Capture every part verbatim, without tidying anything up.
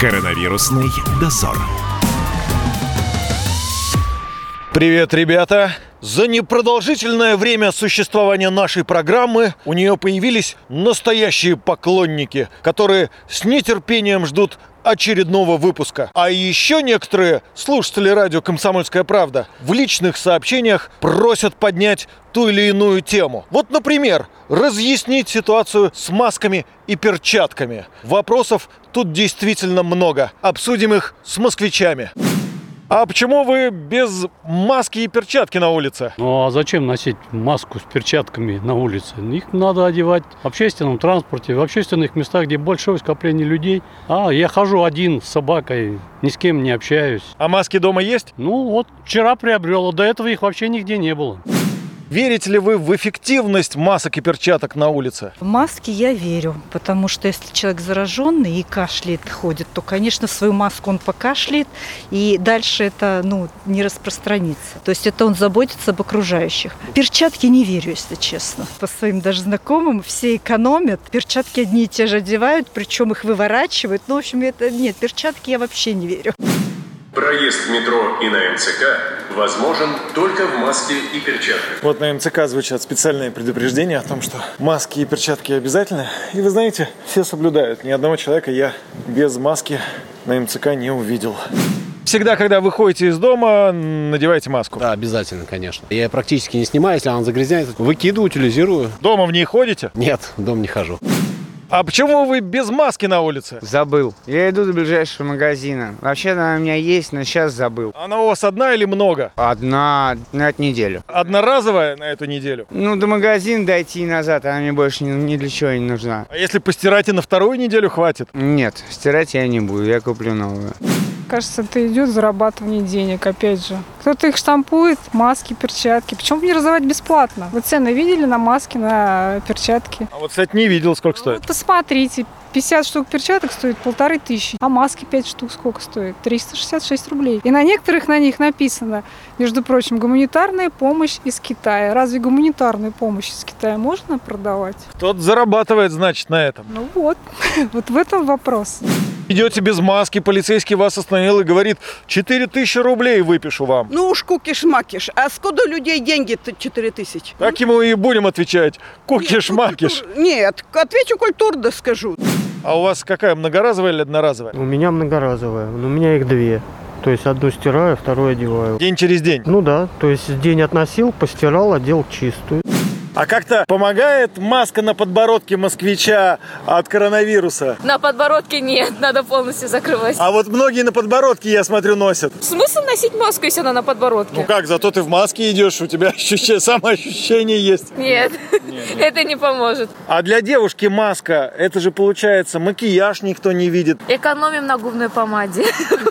Коронавирусный дозор. Привет, ребята! За непродолжительное время существования нашей программы у нее появились настоящие поклонники, которые с нетерпением ждут очередного выпуска. А еще некоторые слушатели радио «Комсомольская правда» в личных сообщениях просят поднять ту или иную тему. Вот, например, разъяснить ситуацию с масками и перчатками. Вопросов тут действительно много. Обсудим их с москвичами. А почему вы без маски и перчатки на улице? Ну а зачем носить маску с перчатками на улице? Их надо одевать в общественном транспорте, в общественных местах, где большое скопление людей. А я хожу один с собакой, ни с кем не общаюсь. А маски дома есть? Ну вот вчера приобрел, а до этого их вообще нигде не было. Верите ли вы в эффективность масок и перчаток на улице? В маски я верю, потому что если человек зараженный и кашляет, ходит, то, конечно, свою маску он покашляет, и дальше это ну, не распространится. То есть это он заботится об окружающих. Перчатки не верю, если честно. По своим даже знакомым все экономят, перчатки одни и те же одевают, причем их выворачивают. Ну, в общем, это нет, перчатки я вообще не верю. Проезд в метро и на эм цэ ка возможен только в маске и перчатках. Вот на эм цэ ка звучат специальные предупреждения о том, что маски и перчатки обязательны. И вы знаете, все соблюдают. Ни одного человека я без маски на эм цэ ка не увидел. Всегда, когда вы ходите из дома, надевайте маску. Да, обязательно, конечно. Я практически не снимаю, если она загрязняется. Выкидываю, утилизирую. Дома в ней ходите? Нет, в дом не хожу. А почему вы без маски на улице? Забыл. Я иду до ближайшего магазина. Вообще она у меня есть, но сейчас забыл. Она у вас одна или много? Одна на эту неделю. Одноразовая на эту неделю? Ну, до магазина дойти и назад, она мне больше ни, ни для чего не нужна. А если постирать и на вторую неделю хватит? Нет, стирать я не буду, я куплю новую. Кажется, это идет зарабатывание денег, опять же. Кто-то их штампует, маски, перчатки. Почему бы не раздавать бесплатно? Вы цены видели на маски, на перчатки? А вот, кстати, не видел, сколько стоит. Ну, посмотрите, пятьдесят штук перчаток стоит полторы тысячи, а маски пять штук сколько стоит? триста шестьдесят шесть рублей. И на некоторых на них написано, между прочим, гуманитарная помощь из Китая. Разве гуманитарную помощь из Китая можно продавать? Кто-то зарабатывает, значит, на этом. Ну вот, вот в этом вопрос. Идете без маски, полицейский вас остановил и говорит, четыре тысячи рублей выпишу вам. Ну уж кукиш-макиш. А сколько людей деньги-то четыре тысячи? Так ему и будем отвечать. Кукиш-макиш. Нет, отвечу культурно скажу. А у вас какая, многоразовая или одноразовая? У меня многоразовая, но у меня их две. То есть одну стираю, вторую одеваю. День через день? Ну да, то есть день относил, постирал, одел чистую. А как-то помогает маска на подбородке москвича от коронавируса? На подбородке нет, надо полностью закрывать. А вот многие на подбородке, я смотрю, носят. Смысл носить маску, если она на подбородке? Ну как, зато ты в маске идешь, у тебя ощущение, самоощущение есть. Нет, нет, нет, это не поможет. А для девушки маска, это же получается макияж никто не видит. Экономим на губной помаде.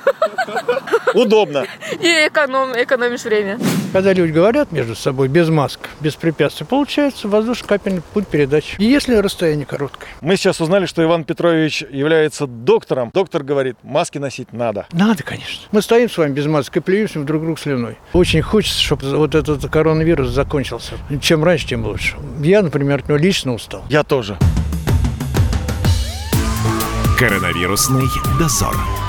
Удобно. И эконом, экономишь время. Когда люди говорят между собой без масок, без препятствий, получается воздушно-капельный путь передачи. И если расстояние короткое. Мы сейчас узнали, что Иван Петрович является доктором. Доктор говорит, маски носить надо. Надо, конечно. Мы стоим с вами без масок и плюемся друг друга слюной. Очень хочется, чтобы вот этот коронавирус закончился. Чем раньше, тем лучше. Я, например, от него лично устал. Я тоже. Коронавирусный дозор.